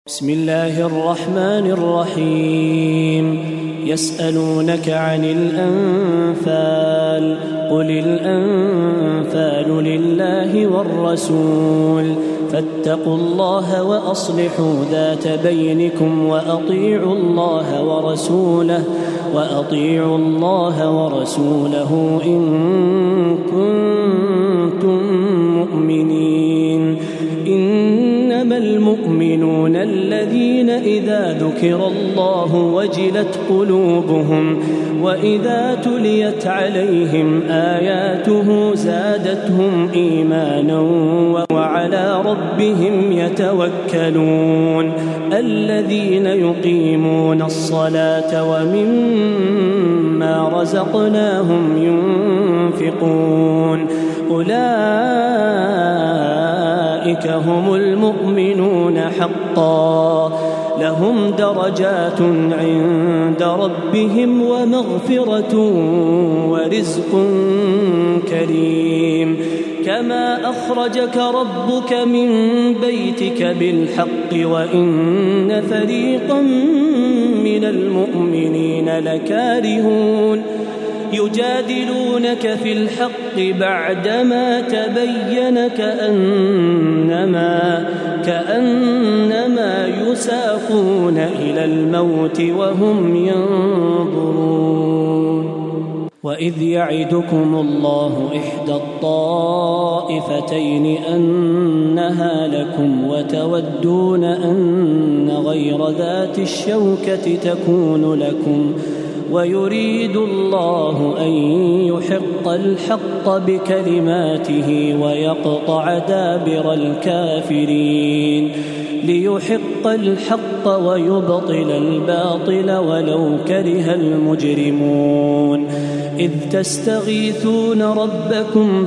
بسم الله الرحمن الرحيم. يسألونك عن الأنفال، قل الأنفال لله والرسول، فاتقوا الله وأصلحوا ذات بينكم وأطيعوا الله ورسوله إن كنتم مؤمنين. إنما المؤمنون الذين إذا ذكر الله وجلت قلوبهم وإذا تليت عليهم آياته زادتهم إيمانا وعلى ربهم يتوكلون. الذين يقيمون الصلاة ومما رزقناهم ينفقون، أولئك هم المؤمنون حقا، لهم درجات عند ربهم ومغفرة ورزق كريم. كما أخرجك ربك من بيتك بالحق وإن فريقا من المؤمنين لكارهون، يجادلونك في الحق بعدما تبين كأنما يساقون إلى الموت وهم ينظرون. وإذ يعدكم الله إحدى الطائفتين أنها لكم وتودون أن غير ذات الشوكة تكون لكم، ويريد الله أن يحق الحق بكلماته ويقطع دابر الكافرين، ليحق الحق ويبطل الباطل ولو كره المجرمون. إذ تستغيثون ربكم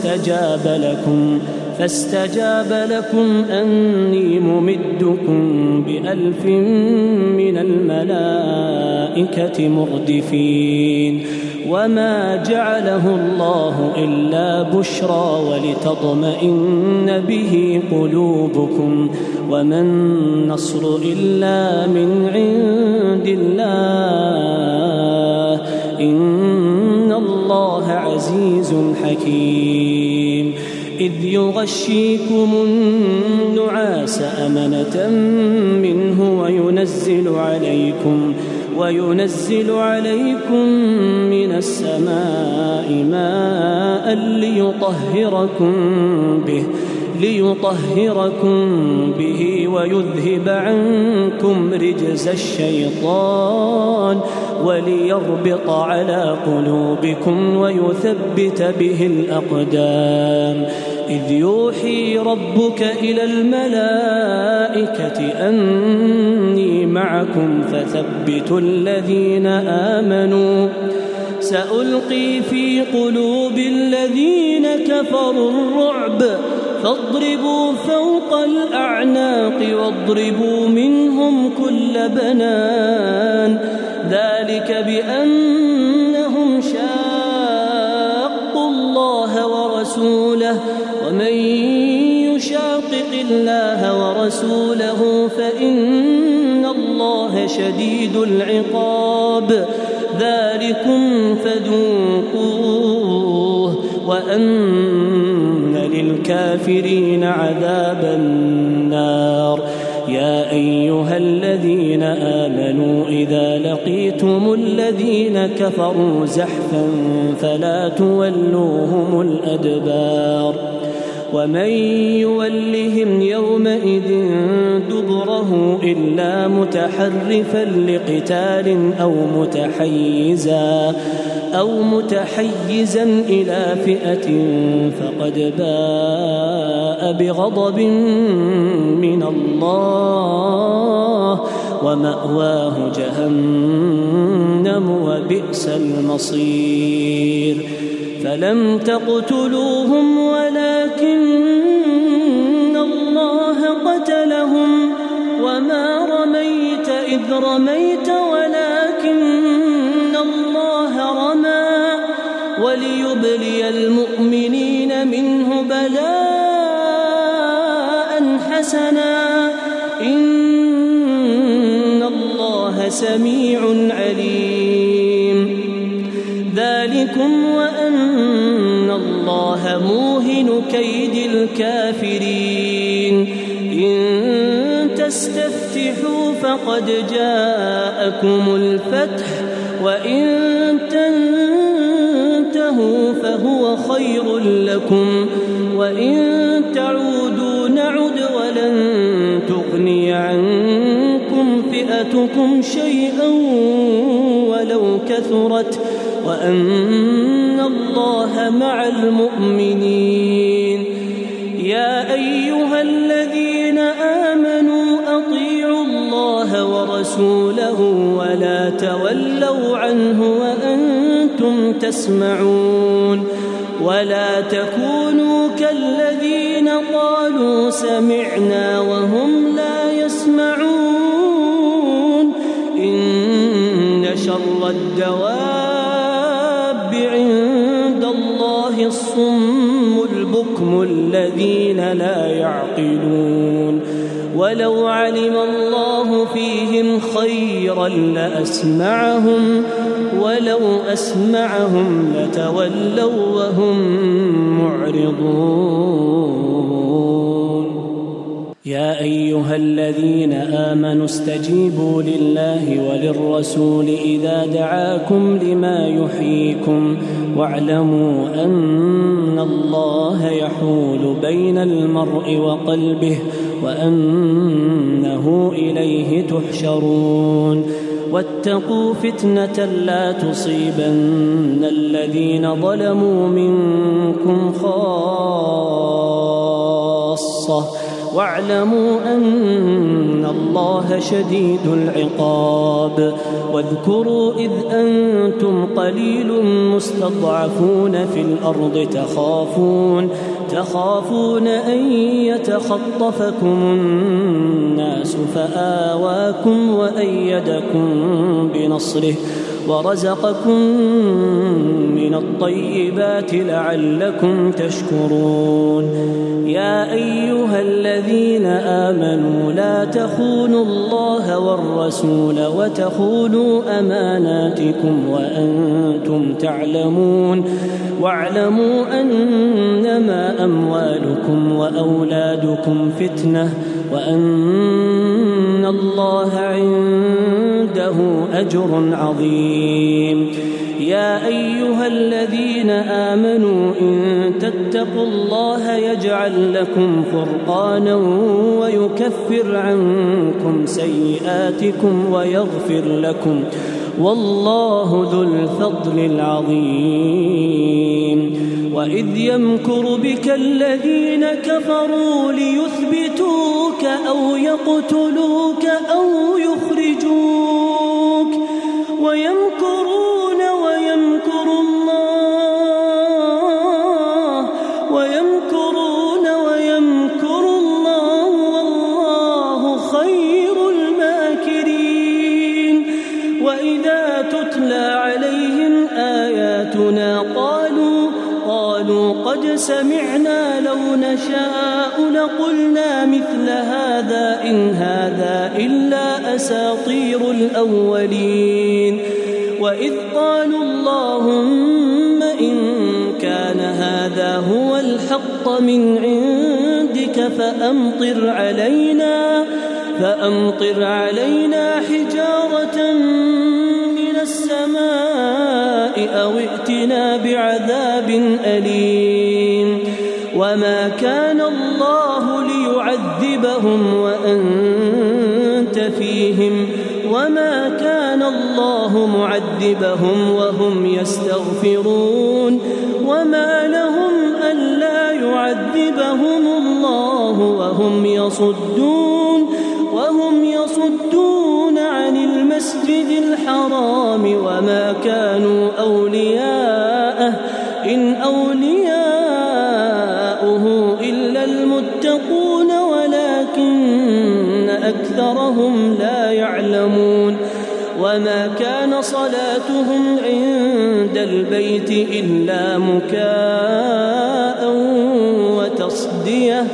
فاستجاب لكم أني ممدكم ب1000 من الملائكة مردفين. وما جعله الله إلا بشرى ولتطمئن به قلوبكم، وما النصر إلا من عند الله، إن الله عزيز حكيم. إذ يغشيكم النعاس أمنة منه وينزل عليكم من السماء ماء ليطهركم به ويذهب عنكم رجز الشيطان وليربط على قلوبكم ويثبت به الأقدام. إذ يوحي ربك إلى الملائكة أني معكم فثبتوا الذين آمنوا، سألقي في قلوب الذين كفروا الرعب فاضربوا فوق الأعناق واضربوا منهم كل بنان، ذلك بأنهم شاقوا الله ورسوله، ومن يشاقق الله ورسوله فإن الله شديد العقاب. ذلكم فذوقوه وأن للكافرين عذاب النار. يا أيها الذين آمنوا إذا لقيتم الذين كفروا زحفا فلا تولوهم الأدبار، ومن يولهم يومئذ دبره إلا متحرفا لقتال أو متحيزا إلى فئة فقد باء بغضب من الله ومأواه جهنم وبئس المصير. فلم تقتلوهم ولكن الله قتلهم وما رميت إذ رميت ولكن الله رمى، وليبلي المؤمنين منه بلاء حسنا إن سميع عليم. ذلكم وأن الله موهن كيد الكافرين. إن تستفتحوا فقد جاءكم الفتح وإن تنتهوا فهو خير لكم وإن تعودوا نعد ولن تغني عنكم فئتكم شيئا ولو كثرت وأن الله مع المؤمنين. يا أيها الذين آمنوا أطيعوا الله ورسوله ولا تولوا عنه وأنتم تسمعون. ولا تكونوا كالذين قالوا سمعنا وهم لا يسمعون. إن شر الدواب عند الله الصم البكم الذين لا يعقلون. ولو علم الله فيهم خيرا لأسمعهم ولو أسمعهم لتولوا وهم معرضون. يا أيها الذين آمنوا استجيبوا لله وللرسول إذا دعاكم لما يحييكم واعلموا أن الله يحول بين المرء وقلبه وأنه إليه تحشرون. واتقوا فتنة لا تصيبن الذين ظلموا منكم خاصة واعلموا أن الله شديد العقاب. واذكروا إذ أنتم قليل مستضعفون في الأرض تخافون أن يتخطفكم الناس فآواكم وأيدكم بنصره ورزقكم من الطيبات لعلكم تشكرون. يا أيها الذين آمنوا لا تخونوا الله والرسول وتخونوا أماناتكم وأنتم تعلمون. واعلموا أنما أموالكم وأولادكم فتنة وأن الله عنده أجر عظيم. يا أيها الذين آمنوا إن تتقوا الله يجعل لكم فرقانا ويكفر عنكم سيئاتكم ويغفر لكم والله ذو الفضل العظيم. وإذ يمكر بك الذين كفروا ليثبتوك أو يقتلوك أو يخرجوك ويمكرون ويمكر الله والله خير الماكرين. وإذا تتلى عليهم آياتنا قالوا قد سمعنا لو نشاء لقلنا مثل هذا إن هذا إلا أساطير الأولين. وإذ قالوا اللهم إن كان هذا هو الحق من عندك فأمطر علينا حجارة من السماء أو ائتنا بعذاب أليم. وما كان الله ليعذبهم وأنت فيهم وما كان الله معذبهم وهم يستغفرون. وما لهم ألا يعذبهم الله وهم يصدون عن المسجد الحرام وما كانوا أولياءه إن أولياؤه إلا المتقون ولكن أكثرهم لا يعلمون. وما كان صلاتهم عند البيت إلا مكاء وتصدية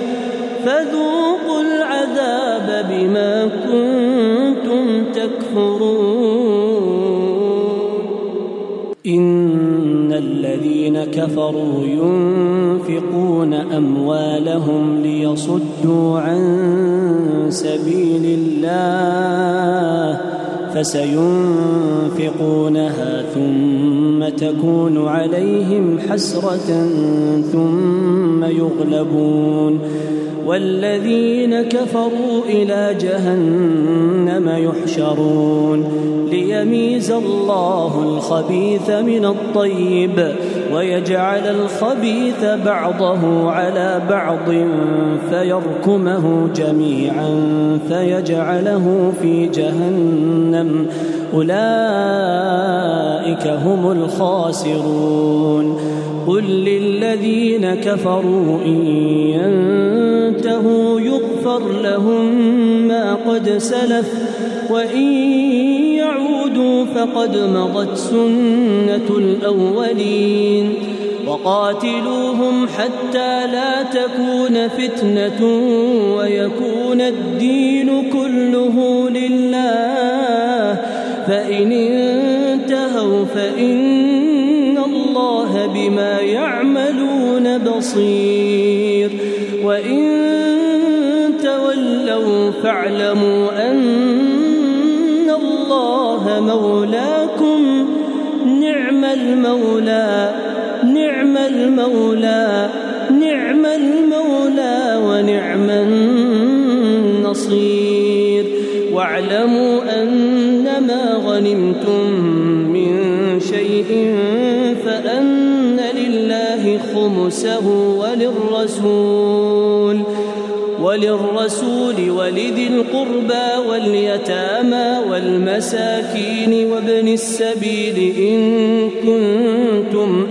فذوقوا العذاب بما كنتم تكفرون. كفروا ينفقون أموالهم ليصدوا عن سبيل الله فسينفقونها ثم تكون عليهم حسرة ثم يغلبون والذين كفروا إلى جهنم يحشرون ليميز الله الخبيث من الطيب ويجعل الخبيث بعضه على بعض فيركمه جميعا فيجعله في جهنم أولئك هم الخاسرون قل للذين كفروا إن ينتهوا يغفر لهم ما قد سلف وإن يعودوا فقد مضت سنة الأولين وقاتلوهم حتى لا تكون فتنة ويكون الدين كله لله فإن انتهوا فإن الله بما يعملون بصير وإن تولوا فاعلموا أن الله مولاكم نعم المولى ونعم النصير واعلموا أنما غنمتم من شيء فأن لله خمسه وللرسول ولذي القربى واليتامى والمساكين وابن السبيل إن كنتم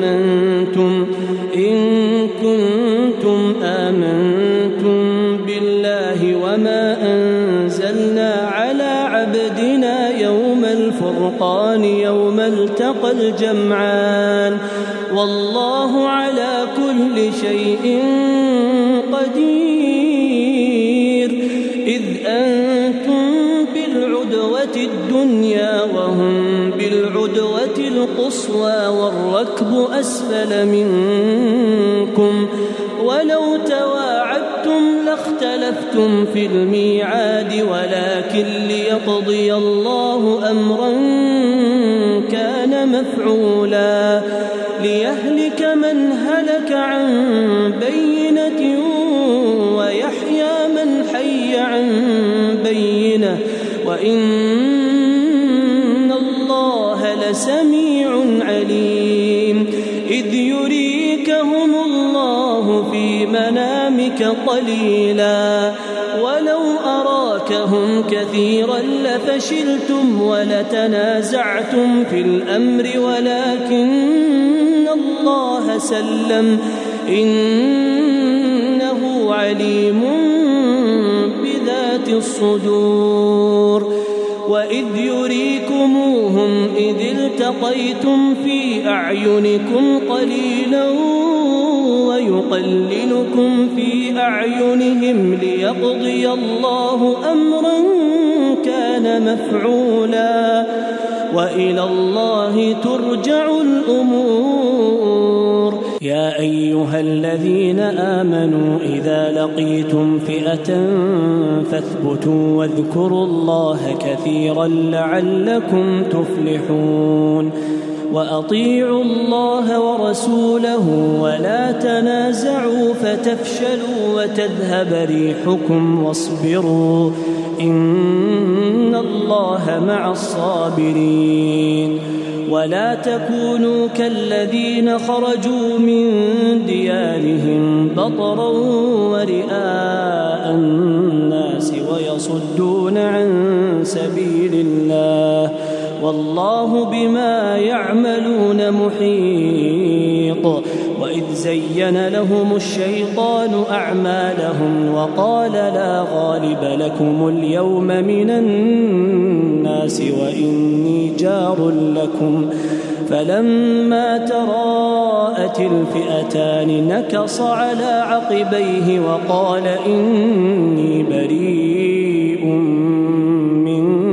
آمنتم بالله وما أنزلنا على عبدنا يوم الفرقان يوم التقى الجمعان والله على كل شيء قدير إذ أنتم بالعدوة الدنيا وهم بالعدوة القصوى والركب أسفل منكم ولو تواعدتم لاختلفتم في الميعاد ولكن ليقضي الله أمرا كان مفعولا ليهلك من هلك عن بينة ويحيى من حي عن بينة وإن الله لسميع عليم إذ يريكهم الله في منامك قليلا ولو أراكهم كثيرا لفشلتم ولتنازعتم في الأمر ولكن الله سلم إنه عليم بذات الصدور وإذ يريكموهم إذ التقيتم في أعينكم قليلا ويقللكم في أعينهم ليقضي الله أمرا كان مفعولا وإلى الله ترجع الأمور يا أيها الذين آمنوا إذا لقيتم فئة فاثبتوا واذكروا الله كثيرا لعلكم تفلحون وأطيعوا الله ورسوله ولا تنازعوا فتفشلوا وتذهب ريحكم واصبروا إن الله مع الصابرين ولا تكونوا كالذين خرجوا من ديارهم بطرا ورئاء الناس ويصدون عن سبيل الله والله بما يعملون محيط وإذ زين لهم الشيطان أعمالهم وقال لا غالب لكم اليوم من الناس وإني جار لكم فلما تراءت الفئتان نكص على عقبيه وقال إني بريء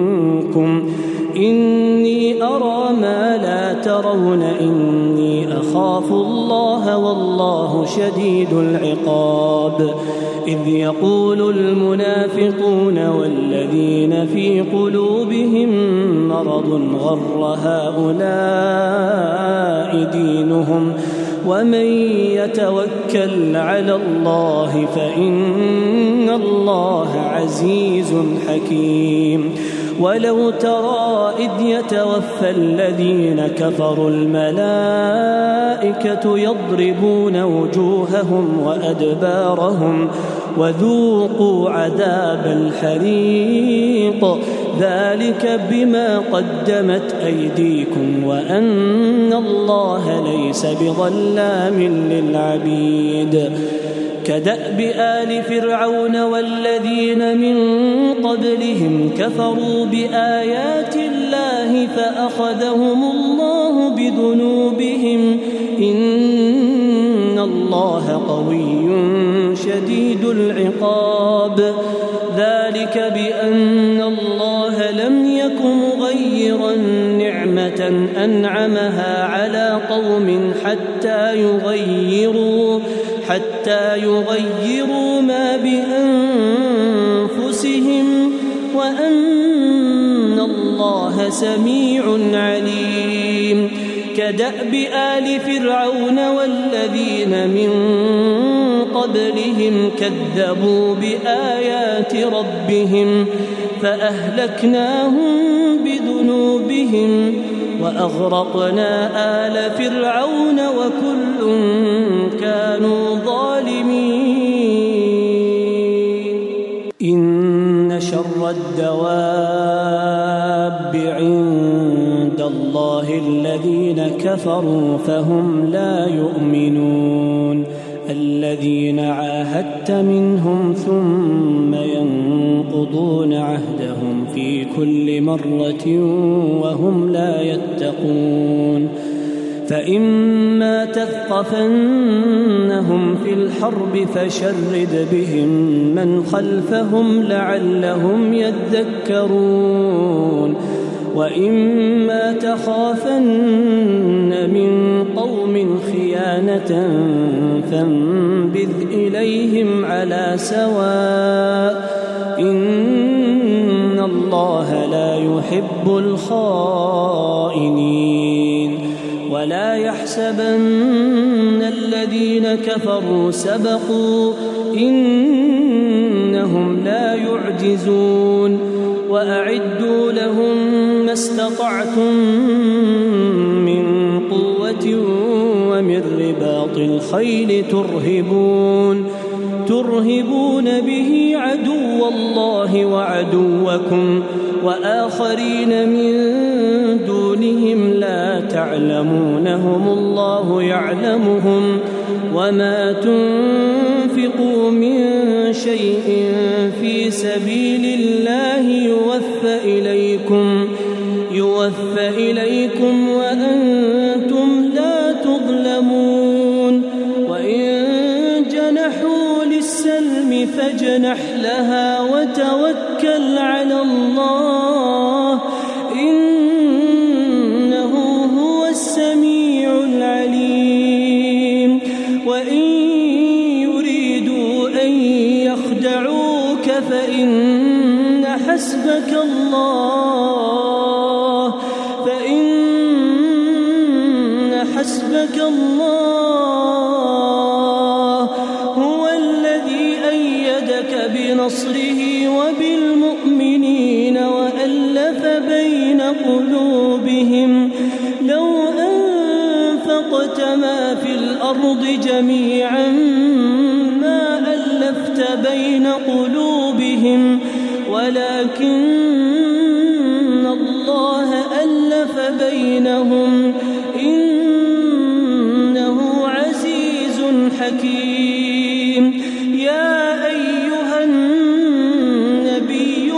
منكم إني أرى ما لا ترون إني أخاف يخافوا الله والله شديد العقاب. إذ يقول المنافقون والذين في قلوبهم مرض غر هؤلاء دينهم ومن يتوكل على الله فإن الله عزيز حكيم. ولو ترى إذ يتوفى الذين كفروا الملائكة يضربون وجوههم وأدبارهم وذوقوا عذاب الحريق ذلك بما قدمت أيديكم وأن الله ليس بظلام للعبيد. كدأب آل فرعون والذين من قبلهم كفروا بآيات الله فأخذهم الله بذنوبهم إن الله قوي شديد العقاب. ذلك بأن الله لم يك مغيرا نعمة أنعمها على قوم حتى يغيروا ما بأنفسهم وأن الله سميع عليم. كدأب آل فرعون والذين من قبلهم كذبوا بآيات ربهم فأهلكناهم بذنوبهم وأغرقنا آل فرعون وكل كانوا ظالمين. إن شر الدواب عند الله الذين كفروا فهم لا يؤمنون. الذين عاهدت منهم ثم ينقضون عهدهم في كل مرة وهم لا يتقون. فإما تثقفنهم في الحرب فشرد بهم من خلفهم لعلهم يذكرون. وإما تخافن من قوم خيانة فانبذ إليهم على سواء إن الله لا يحب الخائنين. ولا يحسبن الذين كفروا سبقوا إنهم لا يعجزون. وأعدوا لهم ما استطعتم من قوة ومن رباط الخيل ترهبون به عدو الله وعدوكم وآخرين من دونهم لا تعلمونهم الله يعلمهم. وما تنفقوا من شيء في سبيل الله يوفى إليكم وأنتم لا تظلمون. وإن جنحوا للسلم فاجنح لها وتوكل على الله إنه هو السميع العليم. وإن يريدوا أن يخدعوك فإن حسبك الله هو الذي أيدك بنصره وبالمؤمنين وألف بين قلوبهم. لو أنفقت ما في الأرض جميعا ما ألفت بين قلوبهم ولكن الله ألف بينهم إنه عزيز حكيم. يا أيها النبي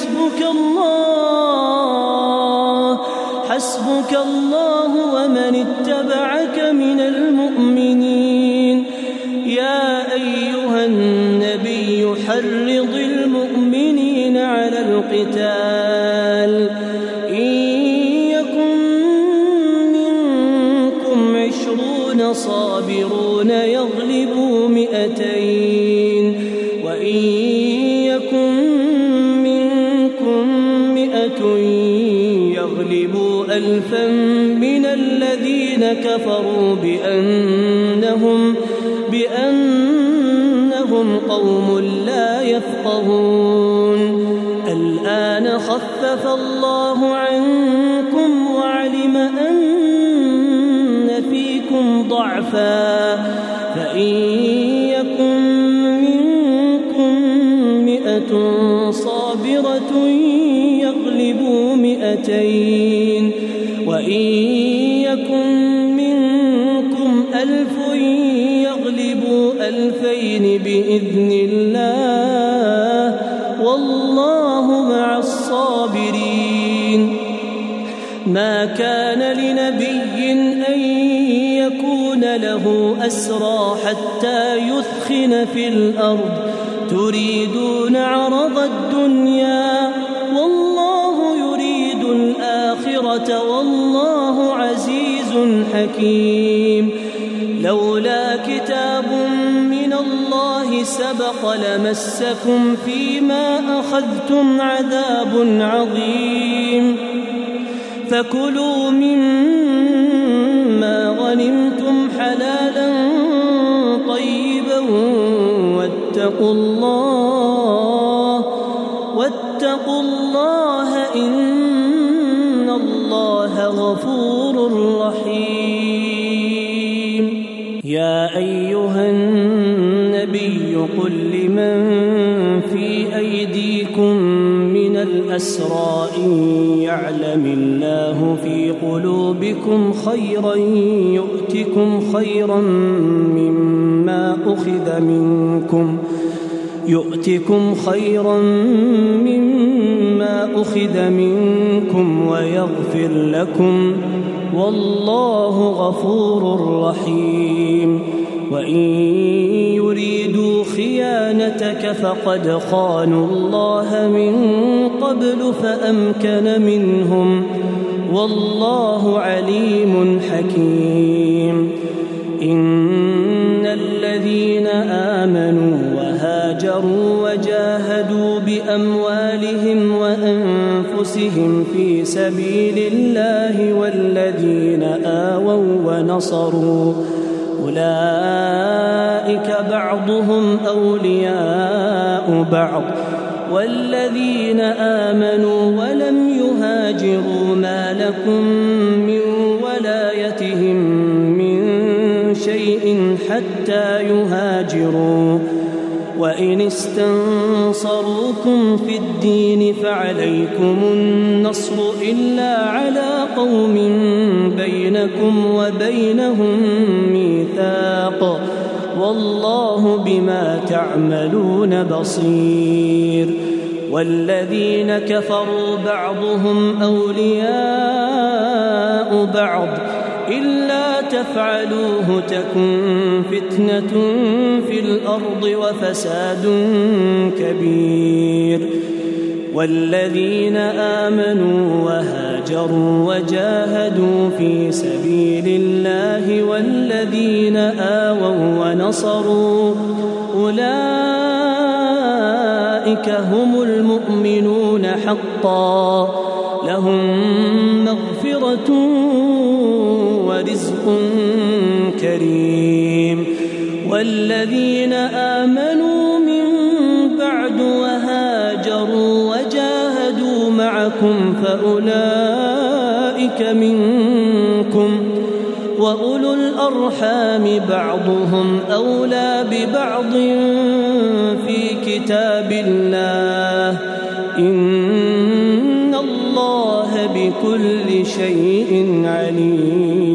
حسبك الله ومن اتبعك من المؤمنين. يا أيها النبي حرض المؤمنين على القتال. إن يكن منكم 20 صابرون يغلبوا 200 وإن يكن منكم 100 يغلبوا 1000 من الذين كفروا بأنهم قوم لا يفقهون. الآن خفف الله عنكم وعلم أن فيكم ضعفا فإن يكن منكم 100 صابرة يغلبوا 200 وإن يكن منكم 1000 يغلبوا 2000 بإذن الله والله مع الصابرين. ما كان لنبي أن يكون له أسرى حتى يثخن في الأرض تريدون عرض الدنيا والله يريد الآخرة والله عزيز حكيم. لولا كتاب من الله سبق لمسكم فيما أخذتم عذاب عظيم. فكلوا مما غنمتم حلالا طيبا واتقوا الله إن الله غفور رحيم. يا أيها النبي قل لمن في أيديكم من الأسرى إن يعلم الله في قلوبكم خيرا يؤتكم خيرا مما أخذ منكم ويغفر لكم والله غفور رحيم. وإن يريدوا خيانتك فقد خانوا الله من قبل فأمكن منهم والله عليم حكيم. إن الذين آمنوا وهاجروا وجاهدوا بأموالهم وأنفسهم في سبيل الله والذين آووا ونصروا أولئك بعضهم أولياء بعض والذين آمنوا ولم يهاجروا ما لكم من ولايتهم من شيء حتى يهاجروا. وإن استنصروكم في الدين فعليكم النصر إلا على قوم بينكم وبينهم ميثاق والله بما تعملون بصير. والذين كفروا بعضهم أولياء بعض إلا تفعلوه تكن فتنة في الأرض وفساد كبير. والذين آمنوا وهاجروا وجاهدوا في سبيل الله والذين آووا ونصروا أولئك هم المؤمنون حقا لهم مغفرة ورزق كريم. والذين آمنوا من بعد وهاجروا وجاهدوا معكم فأولئك منكم وأولو الأرحام بعضهم أولى ببعض في كتاب الله إن الله بكل شيء عليم.